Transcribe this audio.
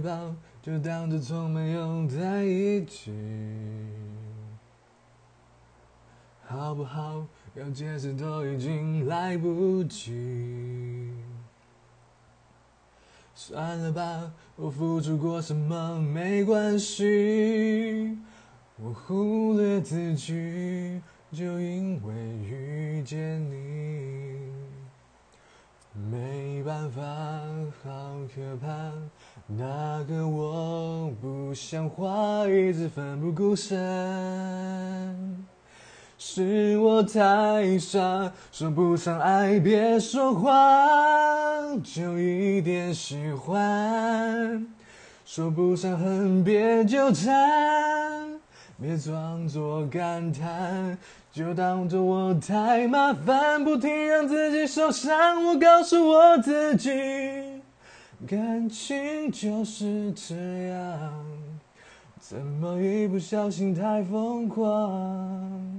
抱，就当作从没有在一起，好不好？要解释都已经来不及。算了吧，我付出过什么没关系，我忽略自己，就因为遇见你。没办法，好可怕，那个我不像话，一直奋不顾身。是我太傻，说不上爱别说谎，就一点喜欢；说不上恨别纠缠，别装作感叹，就当作我太麻烦，不停让自己受伤。我告诉我自己，感情就是这样，怎么一不小心太疯狂。